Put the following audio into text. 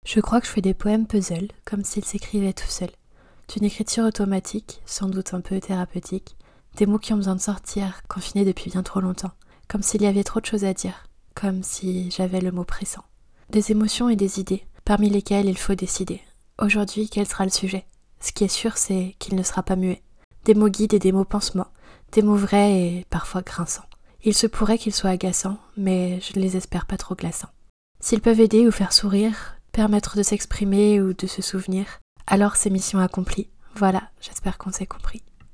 Je crois que je fais des poèmes puzzle, comme s'ils s'écrivaient tout seuls. D'une écriture automatique, sans doute un peu thérapeutique, des mots qui ont besoin de sortir, confinés depuis bien trop longtemps, comme s'il y avait trop de choses à dire, comme si j'avais le mot pressant. Des émotions et des idées, parmi lesquelles il faut décider. Aujourd'hui, quel sera le sujet ? Ce qui est sûr, c'est qu'il ne sera pas muet. Des mots guides et des mots pansements, des mots vrais et parfois grinçants. Il se pourrait qu'ils soient agaçants, mais je ne les espère pas trop glaçants. S'ils peuvent aider ou faire sourire, permettre de s'exprimer ou de se souvenir, alors c'est mission accomplie. Voilà, j'espère qu'on s'est compris.